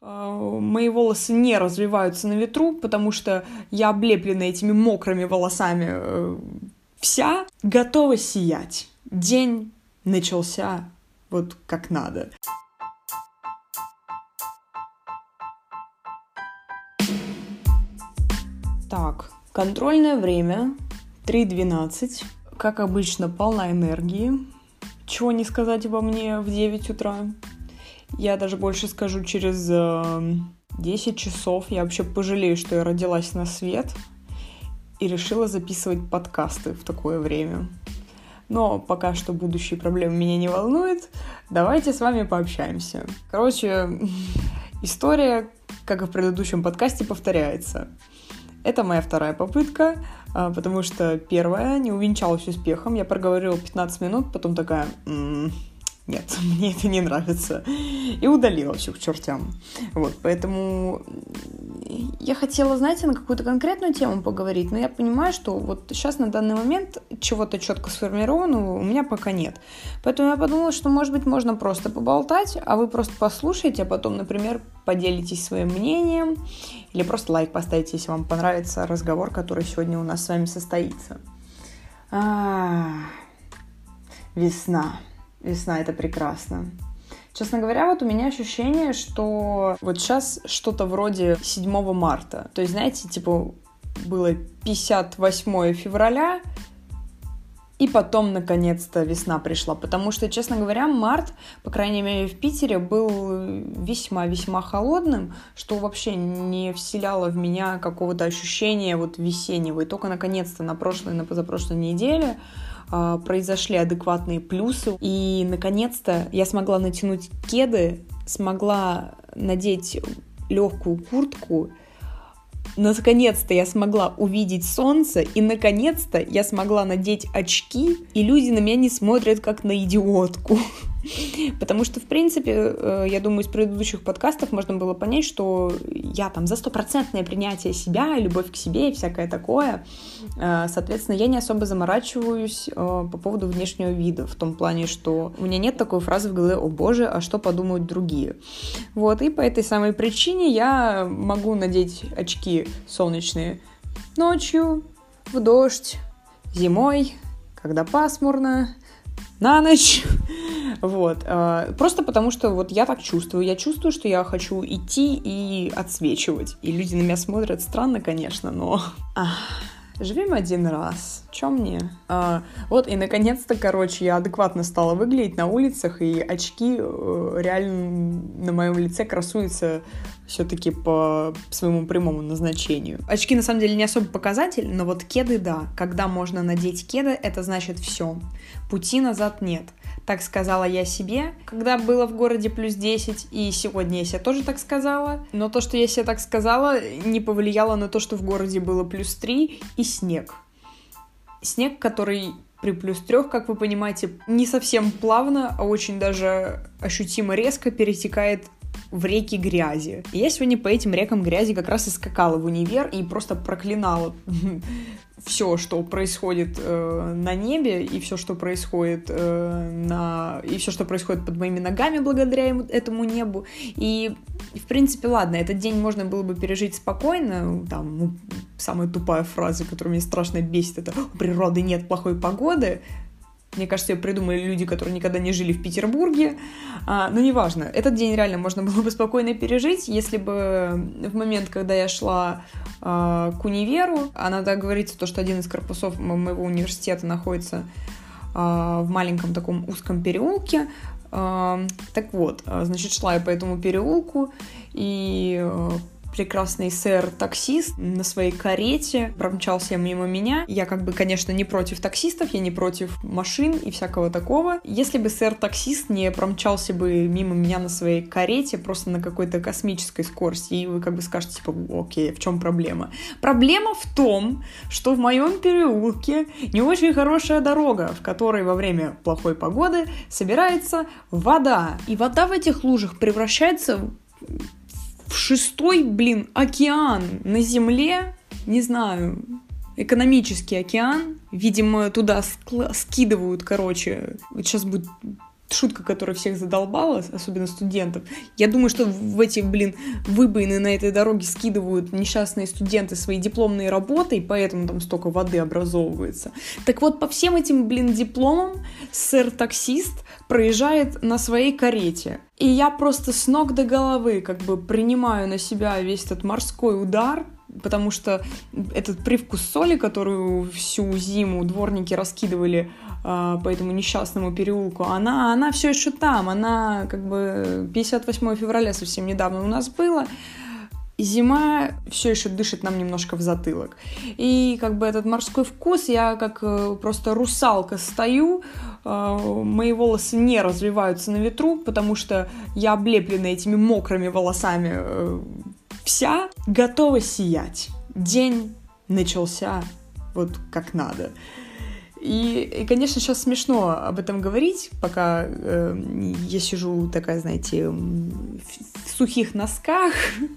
Мои волосы не развиваются на ветру, потому что я облеплена этими мокрыми волосами вся, готова сиять. День начался вот как надо. Так, контрольное время 3:12. Как обычно, полна энергии. Чего не сказать обо мне в 9 утра. Я даже больше скажу, через 10 часов я вообще пожалею, что я родилась на свет и решила записывать подкасты в такое время. Но пока что будущие проблемы меня не волнуют. Давайте с вами пообщаемся. Короче, история, как и в предыдущем подкасте, повторяется. Это моя вторая попытка, потому что первая не увенчалась успехом. Я проговорила 15 минут, потом такая... Нет, мне это не нравится. И удалила все к чертям. Вот, поэтому я хотела, знаете, на какую-то конкретную тему поговорить, но я понимаю, что вот сейчас на данный момент чего-то четко сформированного у меня пока нет. Поэтому я подумала, что, может быть, можно просто поболтать, а вы просто послушаете, а потом, например, поделитесь своим мнением или просто лайк поставите, если вам понравится разговор, который сегодня у нас с вами состоится. Весна. Весна — это прекрасно. Честно говоря, вот у меня ощущение, что вот сейчас что-то вроде 7 марта. То есть, знаете, типа было 58 февраля, и потом, наконец-то, весна пришла. Потому что, честно говоря, март, по крайней мере, в Питере был весьма-весьма холодным, что вообще не вселяло в меня какого-то ощущения вот весеннего. И только, наконец-то, на прошлой, на позапрошлой неделе произошли адекватные плюсы. И, наконец-то, я смогла натянуть кеды, смогла надеть легкую куртку. Наконец-то я смогла увидеть солнце, и наконец-то я смогла надеть очки, и люди на меня не смотрят как на идиотку. Потому что, в принципе, я думаю, из предыдущих подкастов можно было понять, что я там за 100% принятие себя, любовь к себе и всякое такое. Соответственно, я не особо заморачиваюсь по поводу внешнего вида, в том плане, что у меня нет такой фразы в голове: «О боже, а что подумают другие?» Вот, и по этой самой причине я могу надеть очки солнечные ночью, в дождь, зимой, когда пасмурно, на ночь. Вот. Просто потому, что вот я так чувствую. Я чувствую, что я хочу идти и отсвечивать. И люди на меня смотрят странно, конечно, но... Живем один раз. Чё мне? Вот, и наконец-то, короче, я адекватно стала выглядеть на улицах, и очки реально на моем лице красуются все-таки по своему прямому назначению. Очки, на самом деле, не особо показатель, но вот кеды, да. Когда можно надеть кеды, это значит все. Пути назад нет. Так сказала я себе, когда было в городе плюс 10, и сегодня я себе тоже так сказала. Но то, что я себе так сказала, не повлияло на то, что в городе было плюс 3 и снег. Снег, который при плюс 3, как вы понимаете, не совсем плавно, а очень даже ощутимо резко перетекает в реки грязи. И я сегодня по этим рекам грязи как раз и скакала в универ и просто проклинала все, что происходит на небе, и все, что происходит и все, что происходит под моими ногами благодаря этому небу. И, в принципе, ладно, этот день можно было бы пережить спокойно. Там, самая тупая фраза, которая меня страшно бесит, это: «У природы нет плохой погоды». Мне кажется, ее придумали люди, которые никогда не жили в Петербурге. Но неважно. Этот день реально можно было бы спокойно пережить, если бы в момент, когда я шла к универу, а надо говорить, что один из корпусов моего университета находится в маленьком таком узком переулке. Так вот, значит, шла я по этому переулку, и прекрасный сэр-таксист на своей карете промчался мимо меня. Я как бы, конечно, не против таксистов, я не против машин и всякого такого. Если бы сэр-таксист не промчался бы мимо меня на своей карете просто на какой-то космической скорости, и вы как бы скажете, типа, окей, в чем проблема? Проблема в том, что в моем переулке не очень хорошая дорога, в которой во время плохой погоды собирается вода. И вода в этих лужах превращается в 6-й, океан на Земле, не знаю, экономический океан. Видимо, туда скидывают, сейчас будет шутка, которая всех задолбала, особенно студентов. Я думаю, что в эти, выбоины на этой дороге скидывают несчастные студенты свои дипломные работы, и поэтому там столько воды образовывается. Так вот, по всем этим, дипломам сэр-таксист проезжает на своей карете. И я просто с ног до головы принимаю на себя весь этот морской удар, потому что этот привкус соли, которую всю зиму дворники раскидывали по этому несчастному переулку, она все еще там, она 58 февраля совсем недавно у нас было, и зима все еще дышит нам немножко в затылок. И этот морской вкус, я как просто русалка стою, мои волосы не развиваются на ветру, потому что я облеплена этими мокрыми волосами, вся готова сиять. День начался как надо. И, конечно, сейчас смешно об этом говорить, пока я сижу такая, знаете, в сухих носках,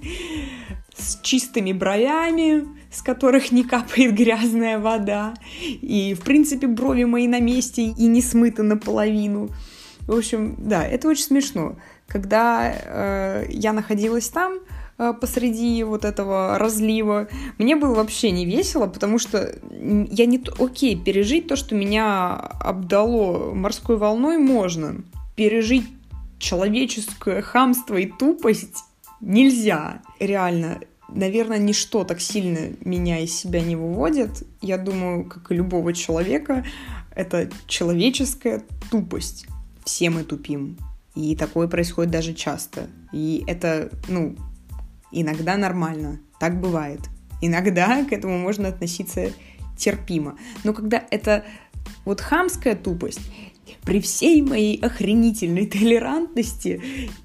с чистыми бровями, с которых не капает грязная вода. И, в принципе, брови мои на месте и не смыты наполовину. В общем, да, это очень смешно. Когда я находилась там, посреди этого разлива, мне было вообще не весело, потому что окей, пережить то, что меня обдало морской волной, можно. Пережить человеческое хамство и тупость нельзя. Реально, наверное, ничто так сильно меня из себя не выводит. Я думаю, как и любого человека, это человеческая тупость. Все мы тупим. И такое происходит даже часто. И это, иногда нормально, так бывает. Иногда к этому можно относиться терпимо. Но когда это хамская тупость, при всей моей охренительной толерантности,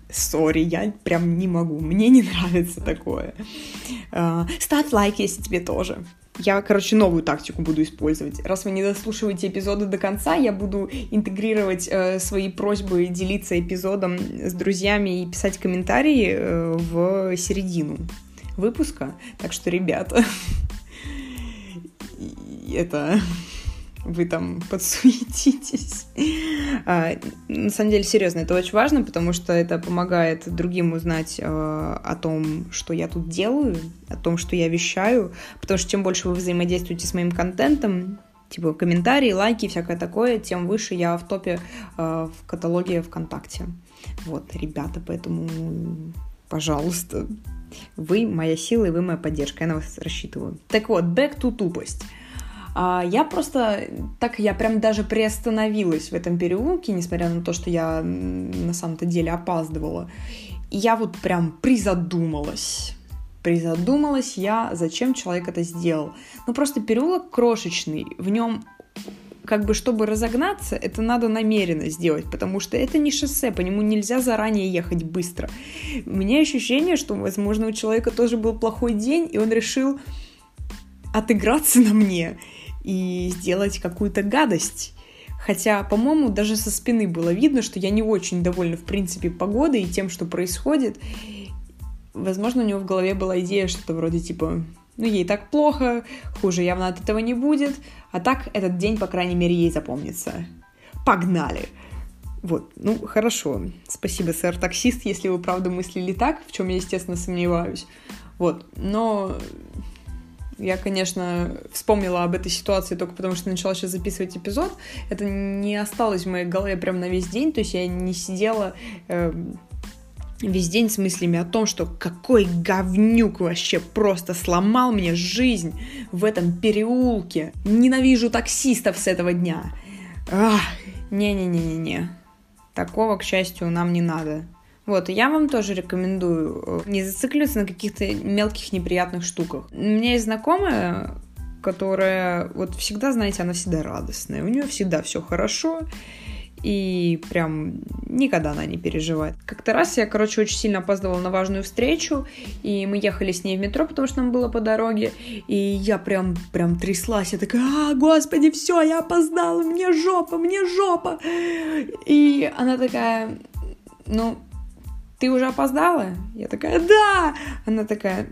я прям не могу, мне не нравится такое. Ставь лайк, если тебе тоже. Я, новую тактику буду использовать. Раз вы не дослушиваете эпизоды до конца, я буду интегрировать свои просьбы, делиться эпизодом с друзьями и писать комментарии в середину выпуска. Так что, ребята, вы там подсуетитесь. На самом деле, серьезно, это очень важно, потому что это помогает другим узнать о том, что я тут делаю, о том, что я вещаю, потому что чем больше вы взаимодействуете с моим контентом, типа комментарии, лайки, всякое такое, тем выше я в топе в каталоге ВКонтакте. Ребята, поэтому, пожалуйста, вы моя сила и вы моя поддержка, я на вас рассчитываю. Так вот, back to тупость. Я прям даже приостановилась в этом переулке, несмотря на то, что я на самом-то деле опаздывала. И я прям призадумалась. Призадумалась я, зачем человек это сделал. Просто переулок крошечный, в нем чтобы разогнаться, это надо намеренно сделать, потому что это не шоссе, по нему нельзя заранее ехать быстро. У меня ощущение, что, возможно, у человека тоже был плохой день, и он решил отыграться на мне и сделать какую-то гадость. Хотя, по-моему, даже со спины было видно, что я не очень довольна, в принципе, погодой и тем, что происходит. Возможно, у него в голове была идея что-то вроде типа: ей так плохо, хуже явно от этого не будет, а так этот день, по крайней мере, ей запомнится. Погнали! Хорошо. Спасибо, сэр-таксист, если вы правда мыслили так, в чем я, естественно, сомневаюсь. Но я, конечно, вспомнила об этой ситуации только потому, что начала сейчас записывать эпизод. Это не осталось в моей голове прям на весь день, то есть я не сидела весь день с мыслями о том, что какой говнюк вообще просто сломал мне жизнь в этом переулке. Ненавижу таксистов с этого дня. Не-не-не-не-не. Такого, к счастью, нам не надо. Я вам тоже рекомендую не зацикливаться на каких-то мелких неприятных штуках. У меня есть знакомая, которая всегда, знаете, она всегда радостная. У нее всегда все хорошо, и прям никогда она не переживает. Как-то раз я, очень сильно опаздывала на важную встречу, и мы ехали с ней в метро, потому что нам было по дороге, и я прям тряслась. Я такая: господи, все, я опоздала, мне жопа. И она такая: ты уже опоздала? Я такая: да! Она такая: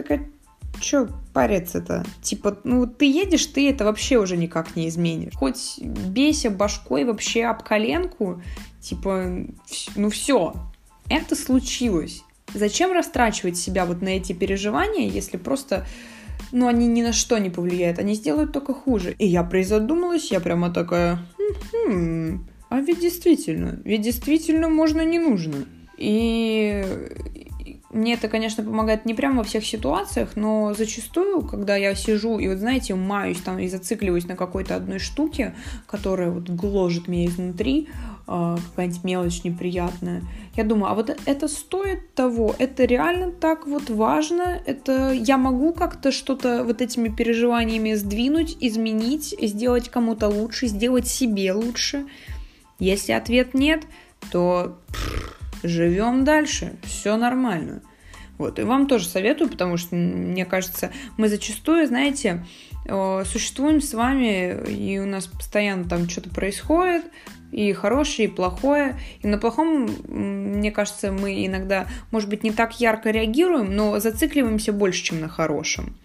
чё париться-то? Ты едешь, ты это вообще уже никак не изменишь. Хоть бейся башкой вообще об коленку, Типа, ну все, это случилось. Зачем растрачивать себя вот на эти переживания, если просто, ну, они ни на что не повлияют, они сделают только хуже. И я призадумалась, я прямо такая, а ведь действительно можно, не нужно. И мне это, конечно, помогает не прямо во всех ситуациях, но зачастую, когда я сижу и, вот знаете, маюсь там и зацикливаюсь на какой-то одной штуке, которая вот гложет меня изнутри, какая-нибудь мелочь неприятная, я думаю, а вот это стоит того? Это реально так вот важно? Это я могу как-то что-то вот этими переживаниями сдвинуть, изменить, сделать кому-то лучше, сделать себе лучше? Если ответ нет, то живем дальше, все нормально. Вот, и вам тоже советую, потому что, мне кажется, мы зачастую, знаете, существуем с вами, и у нас постоянно там что-то происходит, и хорошее, и плохое. И на плохом, мне кажется, мы иногда, может быть, не так ярко реагируем, но зацикливаемся больше, чем на хорошем.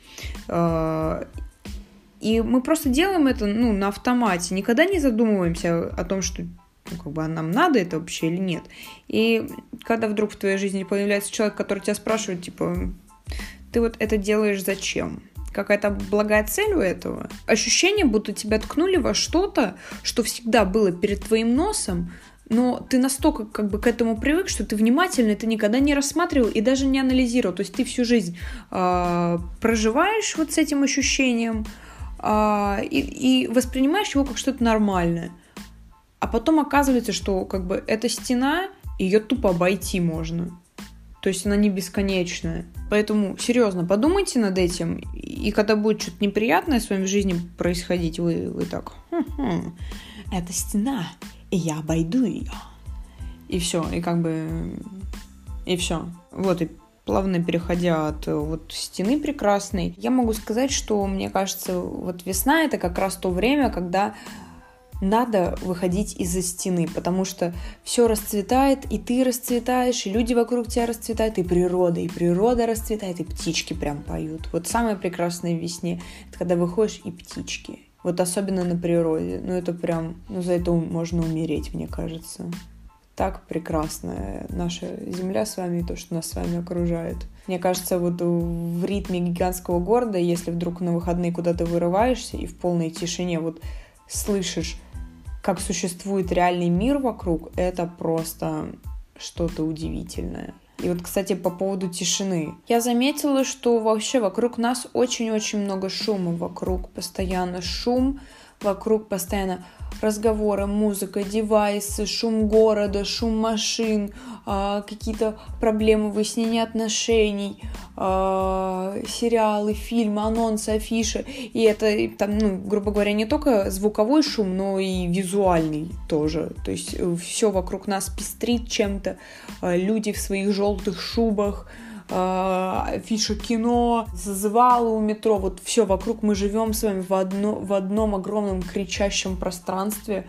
И мы просто делаем это, ну, на автомате, никогда не задумываемся о том, что как бы нам надо это вообще или нет. И когда вдруг в твоей жизни появляется человек, который тебя спрашивает, типа, ты вот это делаешь зачем? Какая-то благая цель у этого? Ощущение, будто тебя ткнули во что-то, что всегда было перед твоим носом, но ты настолько как бы к этому привык, что ты внимательно это никогда не рассматривал и даже не анализировал. То есть ты всю жизнь проживаешь вот с этим ощущением и воспринимаешь его как что-то нормальное. А потом оказывается, что как бы эта стена, ее тупо обойти можно. То есть она не бесконечная. Поэтому, серьезно, подумайте над этим. И когда будет что-то неприятное в своей жизни происходить, вы так, это стена, и я обойду ее. И все, и как бы, и все. Вот, и плавно переходя от вот стены прекрасной, я могу сказать, что, мне кажется, вот весна — это как раз то время, когда надо выходить из-за стены, потому что все расцветает, и ты расцветаешь, и люди вокруг тебя расцветают, и природа расцветает, и птички прям поют. Вот самое прекрасное в весне — это когда выходишь, и птички. Вот особенно на природе. Ну это прям, ну за это можно умереть, мне кажется. Так прекрасна наша земля с вами, и то, что нас с вами окружает. Мне кажется, вот в ритме гигантского города, если вдруг на выходные куда-то вырываешься, и в полной тишине вот слышишь, как существует реальный мир вокруг, это просто что-то удивительное. И вот, кстати, по поводу тишины. Я заметила, что вообще вокруг нас очень-очень много шума. Вокруг постоянно шум, вокруг постоянно разговоры, музыка, девайсы, шум города, шум машин, какие-то проблемы выяснения отношений, сериалы, фильмы, анонсы, афиши. И это, там, ну, грубо говоря, не только звуковой шум, но и визуальный тоже. То есть все вокруг нас пестрит чем-то. Люди в своих желтых шубах, афиши кино, зазывалы у метро, вот все вокруг, мы живем с вами в одном огромном кричащем пространстве,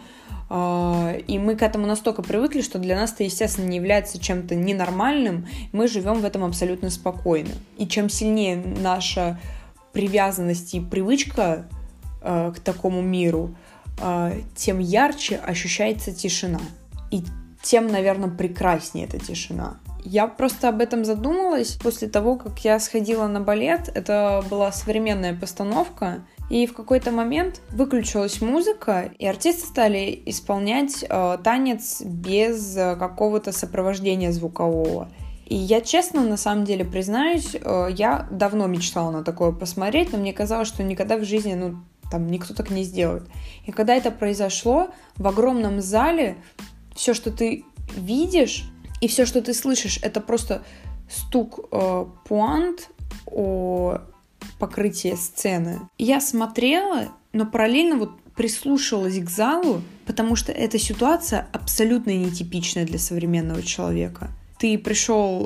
и мы к этому настолько привыкли, что для нас это, естественно, не является чем-то ненормальным, мы живем в этом абсолютно спокойно. И чем сильнее наша привязанность и привычка к такому миру, тем ярче ощущается тишина, и тем, наверное, прекраснее эта тишина. Я просто об этом задумалась после того, как я сходила на балет. Это была современная постановка, и в какой-то момент выключилась музыка, и артисты стали исполнять танец без какого-то сопровождения звукового. И я честно, на самом деле, признаюсь, я давно мечтала на такое посмотреть, но мне казалось, что никогда в жизни, там никто так не сделает. И когда это произошло, в огромном зале все, что ты видишь, и все, что ты слышишь, это просто стук пуант о покрытии сцены. Я смотрела, но параллельно вот прислушивалась к залу, потому что эта ситуация абсолютно нетипичная для современного человека. Ты пришел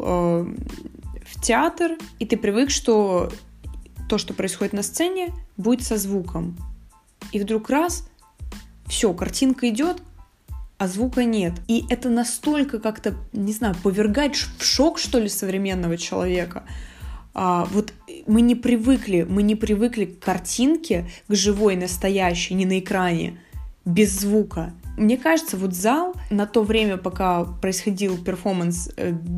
в театр, и ты привык, что то, что происходит на сцене, будет со звуком. И вдруг раз, все, картинка идет, а звука нет. И это настолько как-то, не знаю, повергает в шок, что ли, современного человека. Вот мы не привыкли к картинке, к живой, настоящей, не на экране, без звука. Мне кажется, вот зал на то время, пока происходил перформанс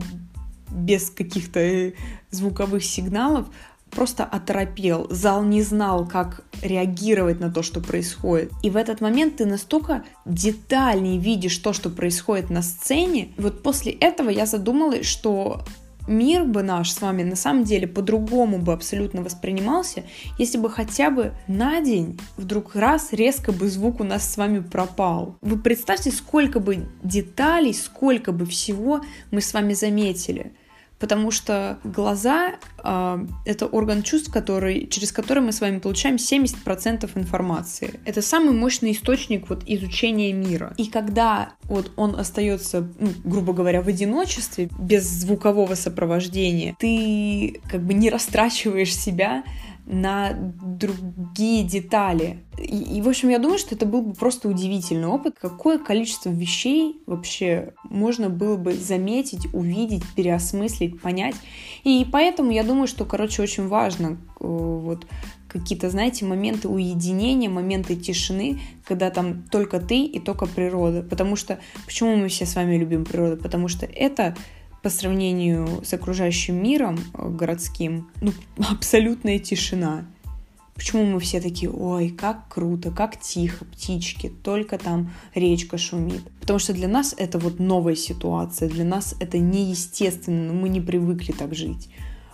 без каких-то звуковых сигналов, просто оторопел. Зал не знал, как реагировать на то, что происходит. И в этот момент ты настолько детальнее видишь то, что происходит на сцене. И вот после этого я задумалась, что мир бы наш с вами на самом деле по-другому бы абсолютно воспринимался, если бы хотя бы на день вдруг раз резко бы звук у нас с вами пропал. Вы представьте, сколько бы деталей, сколько бы всего мы с вами заметили. Потому что глаза это орган чувств, через который мы с вами получаем 70% информации. Это самый мощный источник вот изучения мира. И когда вот он остается, грубо говоря, в одиночестве, без звукового сопровождения, ты как бы не растрачиваешь себя на другие детали. И, в общем, я думаю, что это был бы просто удивительный опыт. Какое количество вещей вообще можно было бы заметить, увидеть, переосмыслить, понять. И поэтому я думаю, что, очень важно вот какие-то, знаете, моменты уединения, моменты тишины, когда там только ты и только природа. Потому что, почему мы все с вами любим природу? Потому что это по сравнению с окружающим миром городским, абсолютная тишина. Почему мы все такие, ой, как круто, как тихо, птички, только там речка шумит. Потому что для нас это вот новая ситуация, для нас это неестественно, мы не привыкли так жить.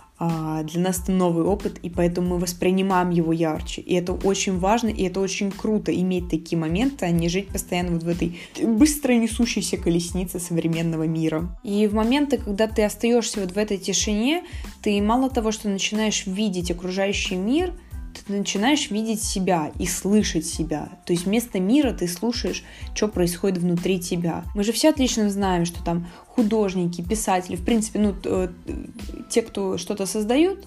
Для нас это новый опыт, и поэтому мы воспринимаем его ярче. И это очень важно, и это очень круто иметь такие моменты, а не жить постоянно вот в этой быстро несущейся колеснице современного мира. И в моменты, когда ты остаешься вот в этой тишине, ты мало того, что начинаешь видеть окружающий мир, ты начинаешь видеть себя и слышать себя. То есть вместо мира ты слушаешь, что происходит внутри тебя. Мы же все отлично знаем, что там художники, писатели, в принципе, те, кто что-то создают,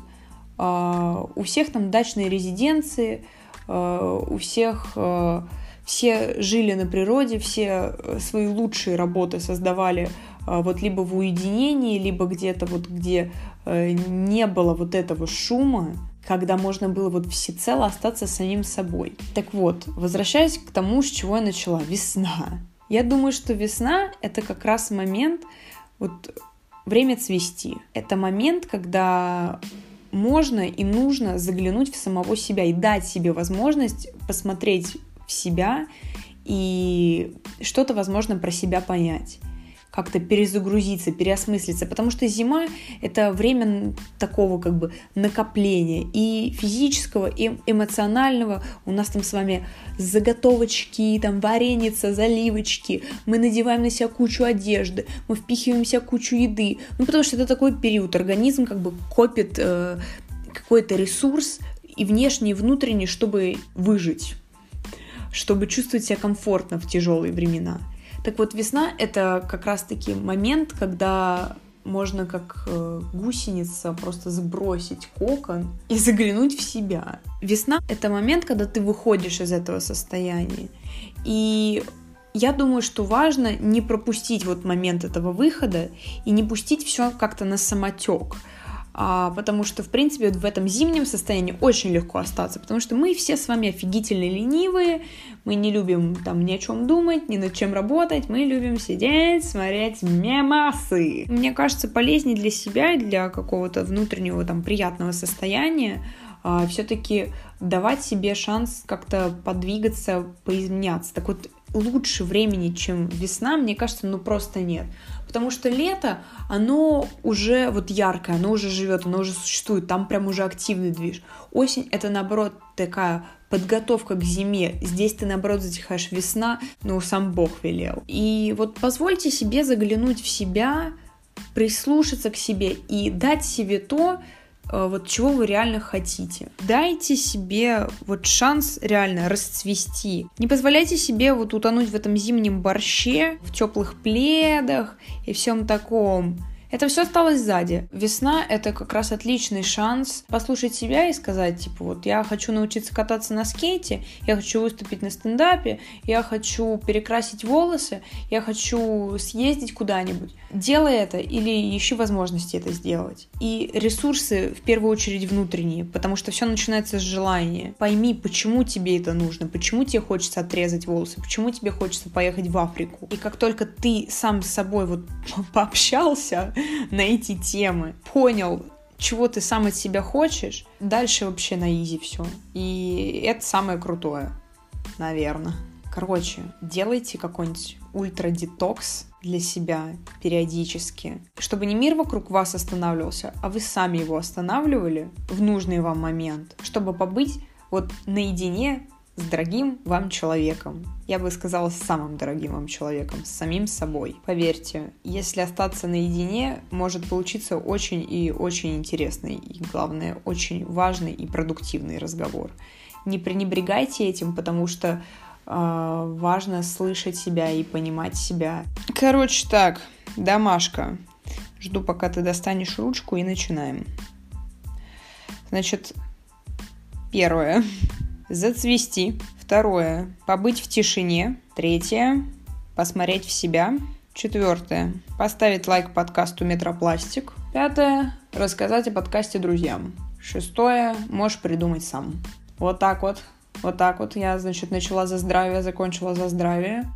у всех там дачные резиденции, у всех все жили на природе, все свои лучшие работы создавали вот либо в уединении, либо где-то вот где не было вот этого шума, когда можно было вот всецело остаться самим собой. Так вот, возвращаясь к тому, с чего я начала. Весна. Я думаю, что весна — это как раз момент, вот время цвести. Это момент, когда можно и нужно заглянуть в самого себя и дать себе возможность посмотреть в себя и что-то, возможно, про себя понять. Как-то перезагрузиться, переосмыслиться, потому что зима — это время такого как бы накопления и физического, и эмоционального. У нас там с вами заготовочки, там вареница, заливочки, мы надеваем на себя кучу одежды, мы впихиваем в себя кучу еды, потому что это такой период, организм как бы копит какой-то ресурс и внешний, и внутренний, чтобы выжить, чтобы чувствовать себя комфортно в тяжелые времена. Так вот, весна — это как раз-таки момент, когда можно как гусеница просто сбросить кокон и заглянуть в себя. Весна — это момент, когда ты выходишь из этого состояния. И я думаю, что важно не пропустить вот момент этого выхода и не пустить все как-то на самотек. Потому что, в принципе, вот в этом зимнем состоянии очень легко остаться, потому что мы все с вами офигительно ленивые, мы не любим там ни о чем думать, ни над чем работать, мы любим сидеть, смотреть мемасы. Мне кажется, полезнее для себя и для какого-то внутреннего там приятного состояния все-таки давать себе шанс как-то подвигаться, поизменяться. Так вот, лучше времени, чем весна, мне кажется, просто нет. Потому что лето, оно уже вот яркое, оно уже живет, оно уже существует, там прям уже активный движ. Осень — это, наоборот, такая подготовка к зиме. Здесь ты, наоборот, затихаешь. Весна, сам Бог велел. И вот позвольте себе заглянуть в себя, прислушаться к себе и дать себе то, вот чего вы реально хотите. Дайте себе вот шанс реально расцвести. Не позволяйте себе вот утонуть в этом зимнем борще, в теплых пледах и всем таком. Это все осталось сзади. Весна — это как раз отличный шанс послушать себя и сказать, типа, вот я хочу научиться кататься на скейте, я хочу выступить на стендапе, я хочу перекрасить волосы, я хочу съездить куда-нибудь. Делай это или ищи возможности это сделать. И ресурсы в первую очередь внутренние, потому что все начинается с желания. Пойми, почему тебе это нужно, почему тебе хочется отрезать волосы, почему тебе хочется поехать в Африку. И как только ты сам с собой вот пообщался на эти темы, понял, чего ты сам от себя хочешь, дальше вообще на изи все. И это самое крутое, наверное. Короче, делайте какой-нибудь ультра-детокс для себя периодически, чтобы не мир вокруг вас останавливался, а вы сами его останавливали в нужный вам момент, чтобы побыть вот наедине с дорогим вам человеком. Я бы сказала, с самым дорогим вам человеком, с самим собой. Поверьте, если остаться наедине, может получиться очень и очень интересный, и, главное, очень важный и продуктивный разговор. Не пренебрегайте этим, потому что важно слышать себя и понимать себя. Короче, так, домашка. Жду, пока ты достанешь ручку, и начинаем. Значит, первое. Зацвести. Второе. Побыть в тишине. Третье. Посмотреть в себя. Четвертое. Поставить лайк подкасту Метропластик. Пятое. Рассказать о подкасте друзьям. Шестое. Можешь придумать сам. Вот так вот. Вот так вот. Я, значит, начала за здравие, закончила за здравие.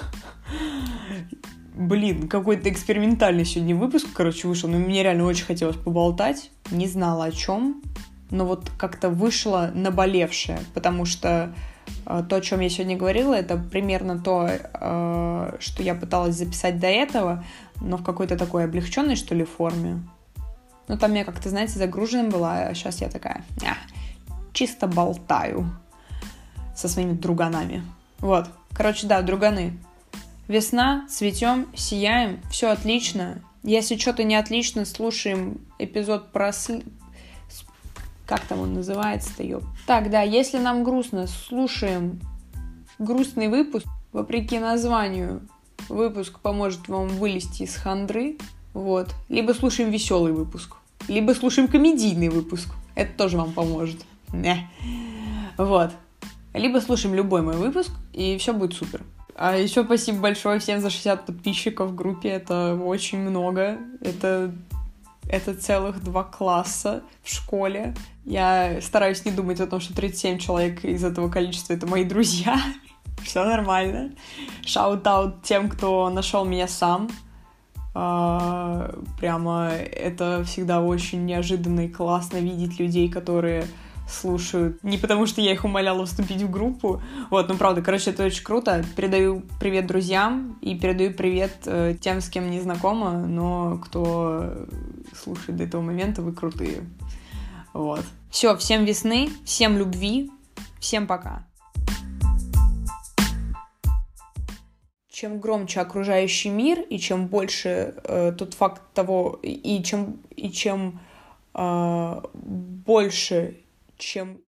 Блин, какой-то экспериментальный сегодня выпуск, короче, вышел. Но мне реально очень хотелось поболтать. Не знала о чем. Но вот как-то вышло наболевшее, потому что то, о чем я сегодня говорила, это примерно то, что я пыталась записать до этого, но в какой-то такой облегченной, что ли, форме. Ну, там я как-то, знаете, загруженная была, а сейчас я такая, чисто болтаю со своими друганами. Вот, короче, да, друганы. Весна, цветем, сияем, все отлично. Если что-то не отлично, слушаем эпизод про... Как там он называется-то, ёп? Так, да, если нам грустно, слушаем грустный выпуск. Вопреки названию, выпуск поможет вам вылезти из хандры. Вот. Либо слушаем веселый выпуск. Либо слушаем комедийный выпуск. Это тоже вам поможет. Вот. Либо слушаем любой мой выпуск, и все будет супер. А еще спасибо большое всем за 60 подписчиков в группе. Это очень много. Это целых 2 класса в школе. Я стараюсь не думать о том, что 37 человек из этого количества — это мои друзья. Все нормально. Шаут-аут тем, кто нашел меня сам. Прямо это всегда очень неожиданно и классно видеть людей, которые слушают. Не потому, что я их умоляла вступить в группу. Вот, ну правда, короче, это очень круто. Передаю привет друзьям и передаю привет тем, с кем не знакома, но кто слушает до этого момента, вы крутые. Вот. Все, всем весны, всем любви, всем пока. Чем громче окружающий мир, и чем больше тот факт того, и чем больше, чем